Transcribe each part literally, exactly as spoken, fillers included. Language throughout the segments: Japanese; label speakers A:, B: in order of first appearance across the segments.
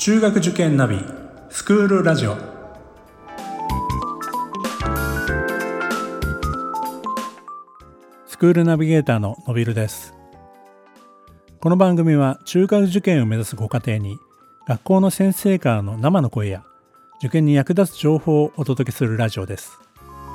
A: 中学受験ナビスクールラジオ。スクールナビゲーターののびるです。この番組は中学受験を目指すご家庭に学校の先生からの生の声や受験に役立つ情報をお届けするラジオです。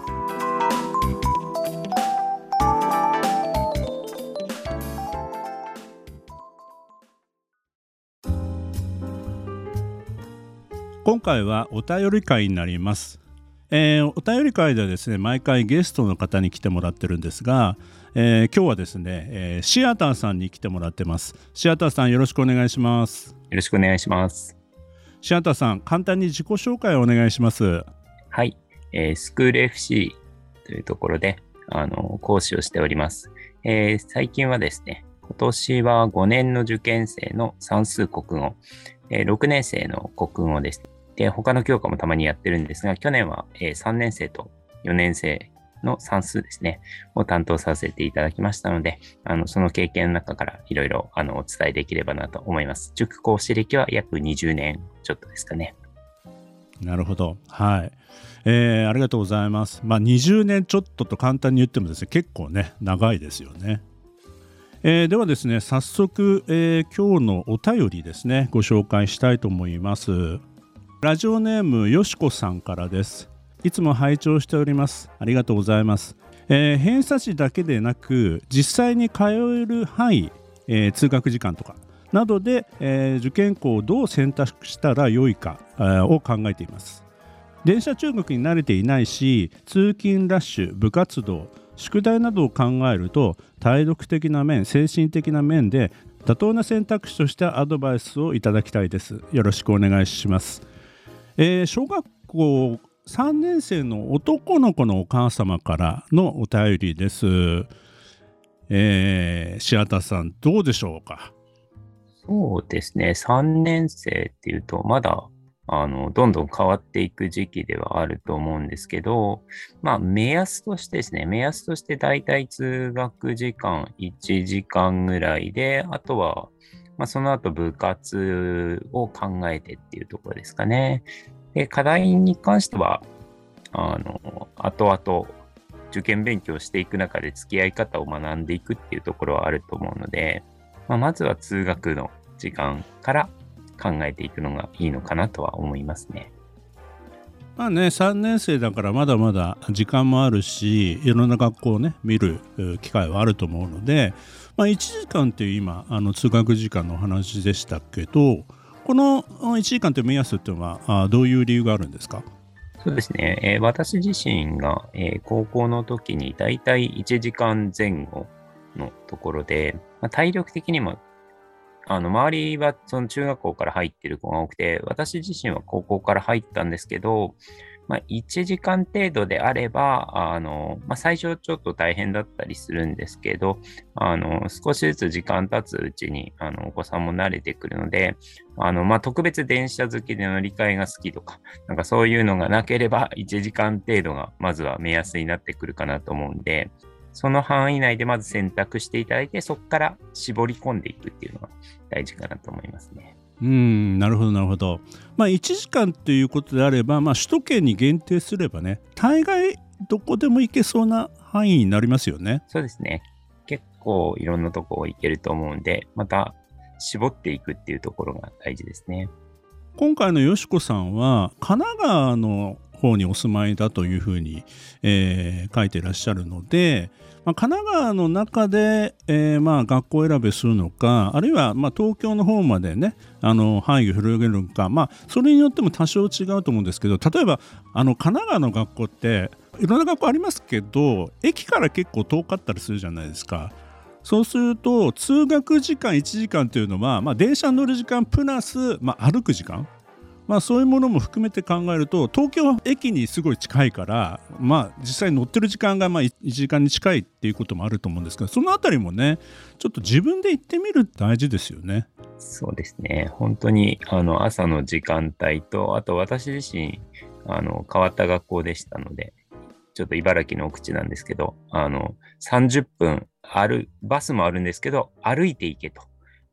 A: 今回はお便り会になります。えー、お便り会ではですね、毎回ゲストの方に来てもらってるんですが、えー、今日はですね、えー、シアターさんに来てもらってます。シアターさん、よろしくお願いします。
B: よろしくお願いします。
A: シアターさん、簡単に自己紹介をお願いします。
B: はい、えー、スクール エフシー というところであの講師をしております。えー、最近はですね、今年はごねんの受験生の算数国語、えー、ろくねん生の国語です。で、他の教科もたまにやってるんですが、去年は、えー、さんねん生とよねん生の算数ですね、を担当させていただきましたので、あのその経験の中からいろいろお伝えできればなと思います。塾講師歴は約にじゅうねんちょっとですかね。
A: なるほど。はい。えー、ありがとうございます。まあ、にじゅうねんちょっとと簡単に言ってもですね、結構ね、長いですよね。えー、ではですね、早速、えー、今日のお便りですね、ご紹介したいと思います。ラジオネームよしこさんからです。いつも拝聴しております。ありがとうございます。えー、偏差値だけでなく実際に通える範囲、えー、通学時間とかなどで、えー、受験校をどう選択したらよいか、えー、を考えています。電車通学に慣れていないし、通勤ラッシュ、部活動、宿題などを考えると体力的な面、精神的な面で妥当な選択肢としてアドバイスをいただきたいです。よろしくお願いします。えー、小学校さんねん生の男の子のお母様からのお便りです。えー、シアタさん、どうでしょうか。
B: そうですね、さんねん生っていうとまだあのどんどん変わっていく時期ではあると思うんですけど、まあ目安としてですね、目安としてだいたい通学時間いちじかんぐらいで、あとは、まあ、その後部活を考えてっていうところですかね。で、課題に関しては、あの、後々受験勉強していく中で付き合い方を学んでいくっていうところはあると思うので、まあ、まずは通学の時間から考えていくのがいいのかなとは思いますね。
A: まあね、さんねん生だからまだまだ時間もあるし、いろんな学校をね見る機会はあると思うので、まあ、いちじかんっていう今あの通学時間のお話でしたけど、このいちじかんという目安っていうのはどういう理由があるんですか？
B: そうですね、えー、私自身が、えー、高校の時にだいたいいちじかんぜん後のところで、まあ、体力的にもあの周りはその中学校から入っている子が多くて、私自身は高校から入ったんですけど、まあ、いちじかん程度であれば、あのまあ、最初ちょっと大変だったりするんですけど、あの少しずつ時間経つうちにあのお子さんも慣れてくるので、あのまあ、特別電車好きで乗り換えが好きとか、なんかそういうのがなければいちじかん程度がまずは目安になってくるかなと思うんで、その範囲内でまず選択していただいて、そこから絞り込んでいくっていうのが大事かなと思いますね。
A: うーん、なるほどなるほど。まあいちじかんということであれば、まあ、首都圏に限定すればね、大概どこでも行けそうな範囲になりますよね。
B: そうですね。結構いろんなとこ行けると思うんで、また絞っていくっていうところが大事ですね。
A: 今回のよしこさんは神奈川の方にお住まいだというふうに、えー、書いていらっしゃるので、まあ、神奈川の中で、えーまあ、学校選びするのか、あるいはまあ東京の方までねあの範囲を広げるのか、まあ、それによっても多少違うと思うんですけど、例えばあの神奈川の学校っていろんな学校ありますけど、駅から結構遠かったりするじゃないですか。そうすると通学時間いちじかんというのは、まあ、電車に乗る時間プラス、まあ、歩く時間、まあ、そういうものも含めて考えると、東京駅にすごい近いから、まあ、実際に乗ってる時間がまあいちじかんに近いっていうこともあると思うんですけど、そのあたりもねちょっと自分で行ってみるって大事ですよね。
B: そうですね。本当にあの朝の時間帯と、あと私自身あの変わった学校でしたので、ちょっと茨城の奥地なんですけど、あのさんじゅっぷんあるバスもあるんですけど、歩いて行けと。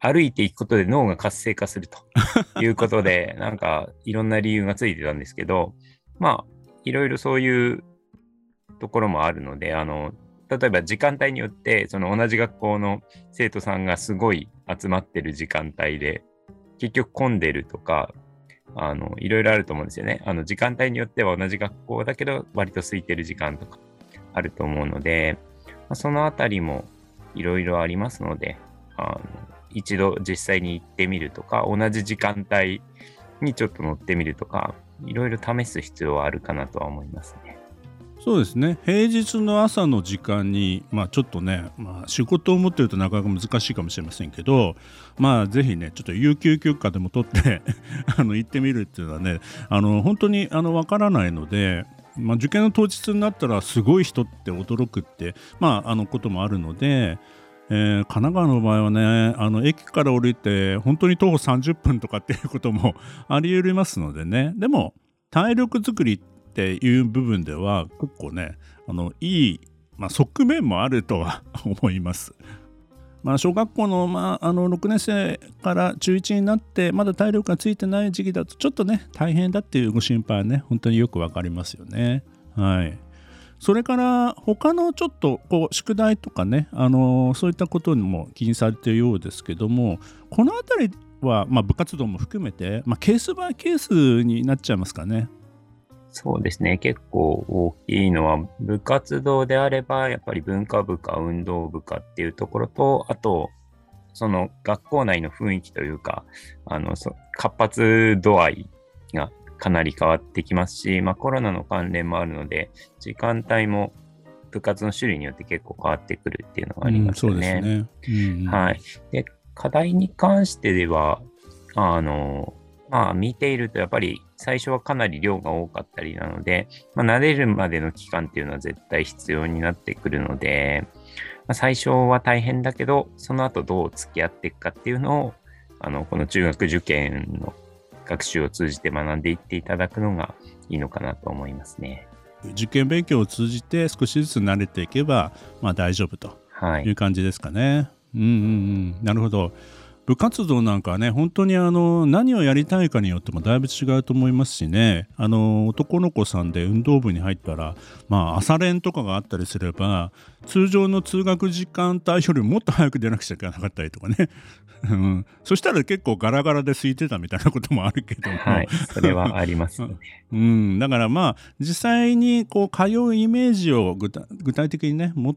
B: 歩いていくことで脳が活性化するということで、なんかいろんな理由がついてたんですけど、まあ、いろいろそういうところもあるので、あの、例えば時間帯によって、その同じ学校の生徒さんがすごい集まってる時間帯で、結局混んでるとか、あの、いろいろあると思うんですよね。あの、時間帯によっては同じ学校だけど、割と空いてる時間とかあると思うので、まあ、そのあたりもいろいろありますので、あの、一度実際に行ってみるとか、同じ時間帯にちょっと乗ってみるとか、いろいろ試す必要はあるかなとは思いますね。
A: そうですね、平日の朝の時間に、まあ、ちょっとね、まあ、仕事を持っているとなかなか難しいかもしれませんけど、まあ、ぜひねちょっと有給休暇でも取ってあの行ってみるっていうのはね、あの本当にあの分からないので、まあ、受験の当日になったらすごい人って驚くって、まあ、あのこともあるので、えー神奈川の場合はね、あの駅から降りて本当に徒歩さんじゅっぷんとかっていうこともあり得ますのでね。でも体力作りっていう部分では結構ね、あのいい、まあ、側面もあるとは思います。まあ、小学校の、まあ、あのろくねん生から中いちになってまだ体力がついてない時期だとちょっとね大変だっていうご心配はね本当によくわかりますよね。はい。それから他のちょっとこう宿題とかね、あのーそういったことにも気にされているようですけども、このあたりは、まあ、部活動も含めて、まあ、ケースバイケースになっちゃいますかね。
B: そうですね。結構大きいのは、部活動であれば、やっぱり文化部か運動部かっていうところと、あと、その学校内の雰囲気というか、あの、そ活発度合いがかなり変わってきますし、まあコロナの関連もあるので、時間帯も部活の種類によって結構変わってくるっていうのがありますよね。
A: うん、そうですね。うんうん、
B: はい。で、課題に関してでは、あの、まあ見ているとやっぱり最初はかなり量が多かったりなので、まあ、慣れるまでの期間っていうのは絶対必要になってくるので、まあ、最初は大変だけど、その後どう付き合っていくかっていうのを、あの、この中学受験の学習を通じて学んでいっていただくのがいいのかなと思いますね。
A: 受験勉強を通じて少しずつ慣れていけば、まあ、大丈夫という感じですかね。はい、うんうんうん、なるほど。部活動なんかはね、本当にあの何をやりたいかによってもだいぶ違うと思いますしね、あの男の子さんで運動部に入ったら、まあ、朝練とかがあったりすれば通常の通学時間帯よりももっと早く出なくちゃいけなかったりとかね、うん、そしたら結構ガラガラで空いてたみたいなこともあるけども、
B: はい、それはありますよね。
A: うん、だからまあ実際にこう通うイメージを具体、具体的にね持って、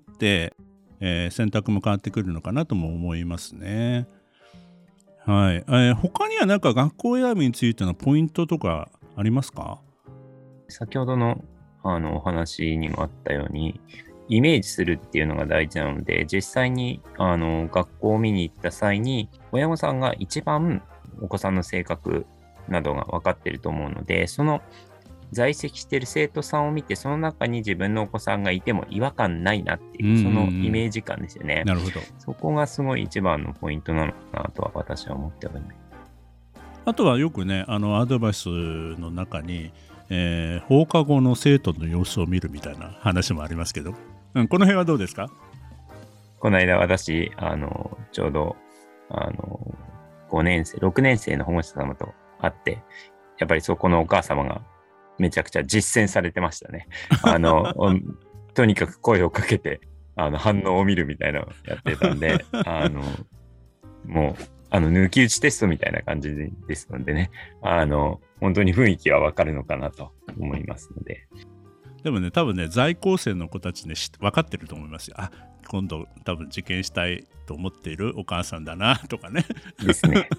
A: えー選択も変わってくるのかなとも思いますね。はい。えー他にはなんか学校選びについてのポイントとかありますか？
B: 先ほどの、あのお話にもあったように、イメージするっていうのが大事なので、実際にあの学校を見に行った際に、親御さんが一番お子さんの性格などが分かっていると思うので、その在籍している生徒さんを見て、その中に自分のお子さんがいても違和感ないなっていう、そのイメージ感ですよね。
A: なるほど。
B: そこがすごい一番のポイントなのかなとは私は思っております。
A: あとはよくね、あのアドバイスの中に、えー放課後の生徒の様子を見るみたいな話もありますけど、うん、この辺はどうですか？
B: この間私、あの、ちょうど、あの、ごねん生、ろくねん生の保護者様と会って、やっぱりそこのお母様がめちゃくちゃ実践されてましたね。あの、とにかく声をかけて、あの、反応を見るみたいなのをやってたんで、あの、もう、あの、抜き打ちテストみたいな感じですのでね、あの、本当に雰囲気はわかるのかなと思いますので。
A: でもね、多分ね、在校生の子たちね、知って分かってると思いますよ。あ、今度多分受験したいと思っているお母さんだなとかね。
B: ですね。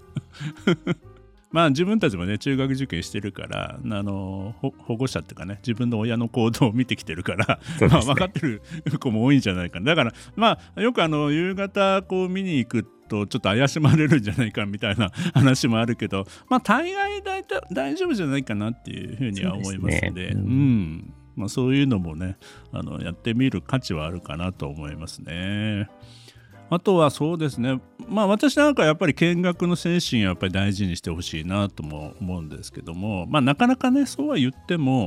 A: まあ自分たちもね中学受験してるからあの保護者っていうかね自分の親の行動を見てきてるから、
B: ね、
A: まあ、分かってる子も多いんじゃないかな。だからまあよくあの夕方こう見に行くとちょっと怪しまれるんじゃないかみたいな話もあるけど、まあ大概大大丈夫じゃないかなっていうふうには思いますの で, で、ねうんうんまあ、そういうのもねあのやってみる価値はあるかなと思いますね。あとはそうですね、まあ私なんかやっぱり見学の精神をやっぱり大事にしてほしいなとも思うんですけども、まあなかなかねそうは言っても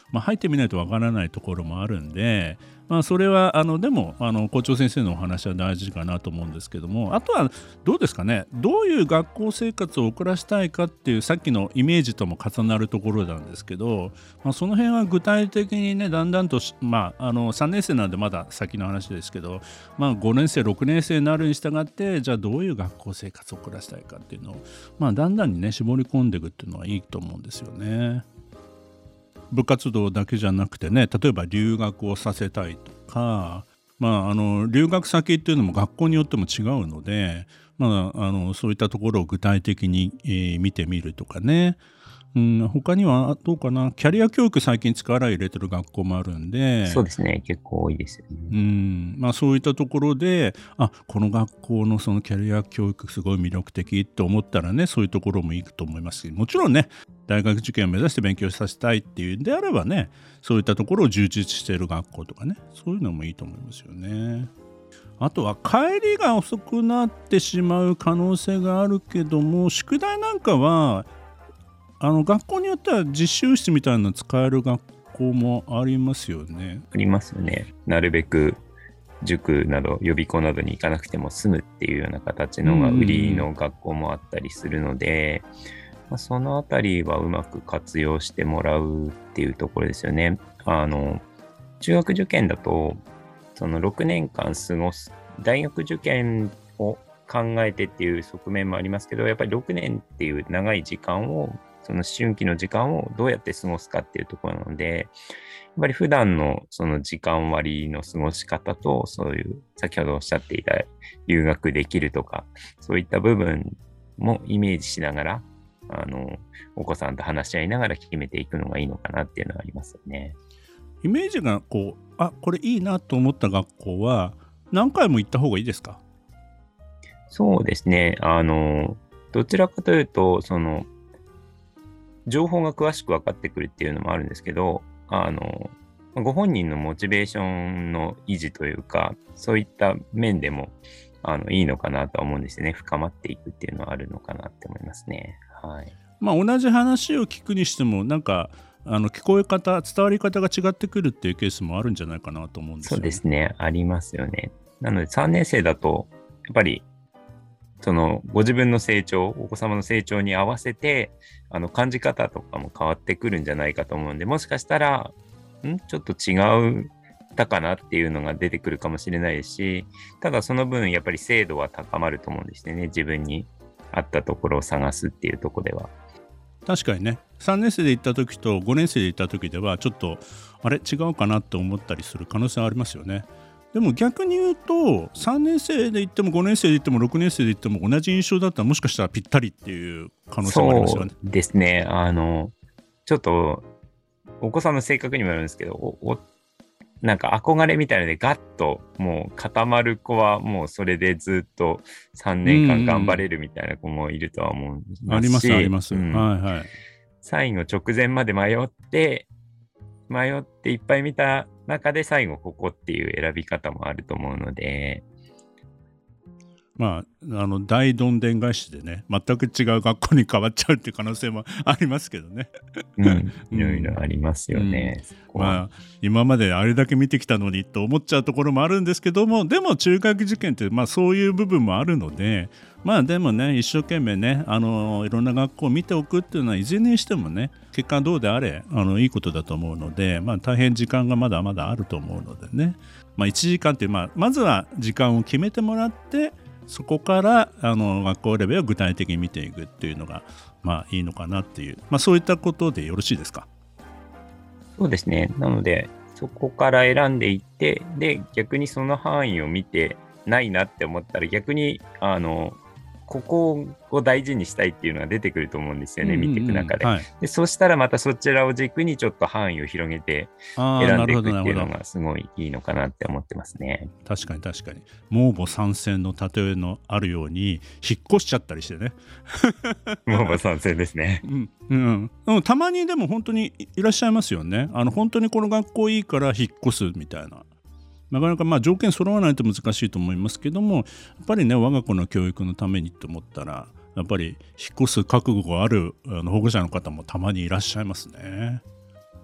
A: まあ、入ってみないとわからないところもあるんで、まあ、それはあのでもあの校長先生のお話は大事かなと思うんですけども、あとはどうですかね、どういう学校生活を送らせたいかっていうさっきのイメージとも重なるところなんですけど、まあ、その辺は具体的にねだんだんと、まあ、あのさんねん生なんでまだ先の話ですけど、まあ、ごねん生ろくねん生になるに従ってじゃあどういう学校生活を送らせたいかっていうのを、まあ、だんだんにね絞り込んでいくっていうのはいいと思うんですよね。部活動だけじゃなくてね、例えば留学をさせたいとか、まあ、あの留学先っていうのも学校によっても違うので、まあ、あのそういったところを具体的に、えー見てみるとかね、うん、他にはどうかな、キャリア教育最近力入れてる学校もあるんで、
B: そうですね。結構多いですよ
A: う
B: ね。
A: んまあ、そういったところで、あ、この学校のそのキャリア教育すごい魅力的って思ったらね、そういうところもいいと思いますし、もちろんね大学受験を目指して勉強させたいっていうんであればね、そういったところを充実している学校とかね、そういうのもいいと思いますよね。あとは帰りが遅くなってしまう可能性があるけども、宿題なんかはあの学校によっては実習室みたいなの使える学校もありますよね。
B: ありますよね。なるべく塾など予備校などに行かなくても済むっていうような形のが売りの学校もあったりするので、まあ、そのあたりはうまく活用してもらうっていうところですよね。あの中学受験だとそのろくねんかん過ごす大学受験を考えてっていう側面もありますけど、やっぱりろくねんっていう長い時間を、その思春期の時間をどうやって過ごすかっていうところなので、やっぱり普段のその時間割の過ごし方と、そういう先ほどおっしゃっていた留学できるとか、そういった部分もイメージしながら、あのお子さんと話し合いながら決めていくのがいいのかなっていうのはありますよね。
A: イメージがこう、あ、これいいなと思った学校は何回も行った方がいいですか？
B: そうですね。あの、どちらかというと、その、情報が詳しく分かってくるっていうのもあるんですけど、あの、ご本人のモチベーションの維持というか、そういった面でも、あの、いいのかなとは思うんですよね。深まっていくっていうのはあるのかなって思いますね。はい。
A: まあ同じ話を聞くにしてもなんかあの聞こえ方、伝わり方が違ってくるっていうケースもあるんじゃないかなと思うんですよ。
B: そうですね。ありますよね。なのでさんねん生だと、やっぱり、そのご自分の成長、お子様の成長に合わせて、あの感じ方とかも変わってくるんじゃないかと思うんで、もしかしたら、んちょっと違ったかなっていうのが出てくるかもしれないですし、ただその分、やっぱり精度は高まると思うんですよね。自分に合ったところを探すっていうところでは。
A: 確かにね、さんねん生で行った時とごねん生で行った時ではちょっとあれ違うかなって思ったりする可能性はありますよね。でも逆に言うとさんねん生で行ってもごねん生で行ってもろくねん生で行っても同じ印象だったらもしかしたらぴったりっていう可能性もありますよね。
B: そうですね。あの、ちょっとお子さんの性格にもよるんですけど、おおなんか憧れみたいなのでガッともう固まる子はもうそれでずっとさんねんかん頑張れるみたいな子もいるとは思うんですし、
A: ありますあります、
B: うん、
A: はいはい。
B: 最後直前まで迷って迷っていっぱい見た中で最後ここっていう選び方もあると思うので、
A: まあ、あの大どんでん返しでね全く違う学校に変わっちゃうっていう可能性もありますけどね。
B: うん、いろいろありますよね。
A: うん
B: そこは
A: まあ、今まであれだけ見てきたのにと思っちゃうところもあるんですけども、でも中学受験って、まあ、そういう部分もあるので、まあでもね一生懸命ねあのいろんな学校を見ておくっていうのはいずれにしてもね結果どうであれあのいいことだと思うので、まあ、大変時間がまだまだあると思うのでね、まあ、いちじかんって、まあ、まずは時間を決めてもらってそこからあの学校レベルを具体的に見ていくっていうのがまあいいのかなっていう、まあ、そういったことでよろしいですか？
B: そうですね。なので、そこから選んでいって、で、逆にその範囲を見てないなって思ったら、逆に、あの、ここを大事にしたいっていうのが出てくると思うんですよね、
A: うんうんうん
B: 見ていく中で。
A: はい、
B: で、そうしたらまたそちらを軸にちょっと範囲を広げて
A: あー
B: 選んでいく
A: なるほどなるほど。
B: っていうのがすごいいいのかなって思ってますね。
A: 確かに確かに盲母参戦の例えのあるように引っ越しちゃったりしてね
B: もうまあ賛成ですね。
A: うんうんうん、たまにでも本当にいらっしゃいますよね。あの本当にこの学校いいから引っ越すみたいな、なかなかまあ条件揃わないと難しいと思いますけども、やっぱりね我が子の教育のためにと思ったらやっぱり引っ越す覚悟があるあの保護者の方もたまにいらっしゃいますね。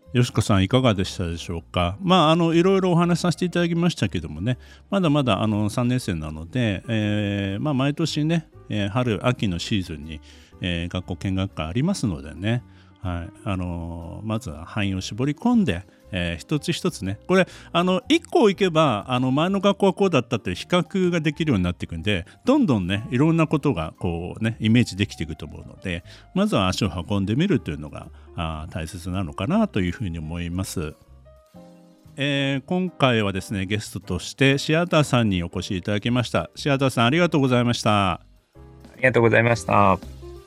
A: よしこさんいかがでしたでしょうか。まああのいろいろお話しさせていただきましたけどもね、まだまだあのさんねん生なので、えーまあ、毎年ね、えー春秋のシーズンに、えー学校見学会ありますのでね、はい、あのーまずは範囲を絞り込んで、えー一つ一つね、これあのいっこ行けばあの前の学校はこうだったっていう比較ができるようになっていくんで、どんどんねいろんなことがこうねイメージできていくと思うので、まずは足を運んでみるというのがあ大切なのかなというふうに思います。えー今回はですねゲストとしてシアターさんにお越しいただきました。シアターさんありがとうございました。
B: ありがとうございました。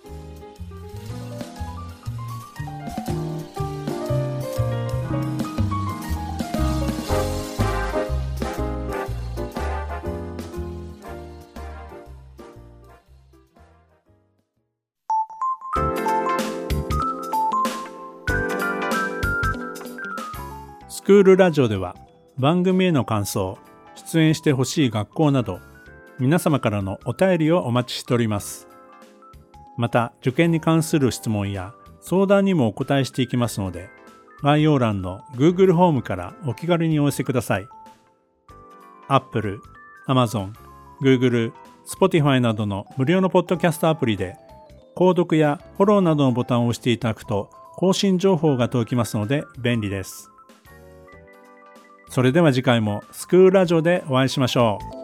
A: スクールラジオでは番組への感想、出演してほしい学校など皆様からのお便りをお待ちしております。また受験に関する質問や相談にもお答えしていきますので、概要欄の Google フォームからお気軽にお寄せください。Apple、Amazon、Google、Spotify などの無料のポッドキャストアプリで購読やフォローなどのボタンを押していただくと更新情報が届きますので便利です。それでは次回もスクールラジオでお会いしましょう。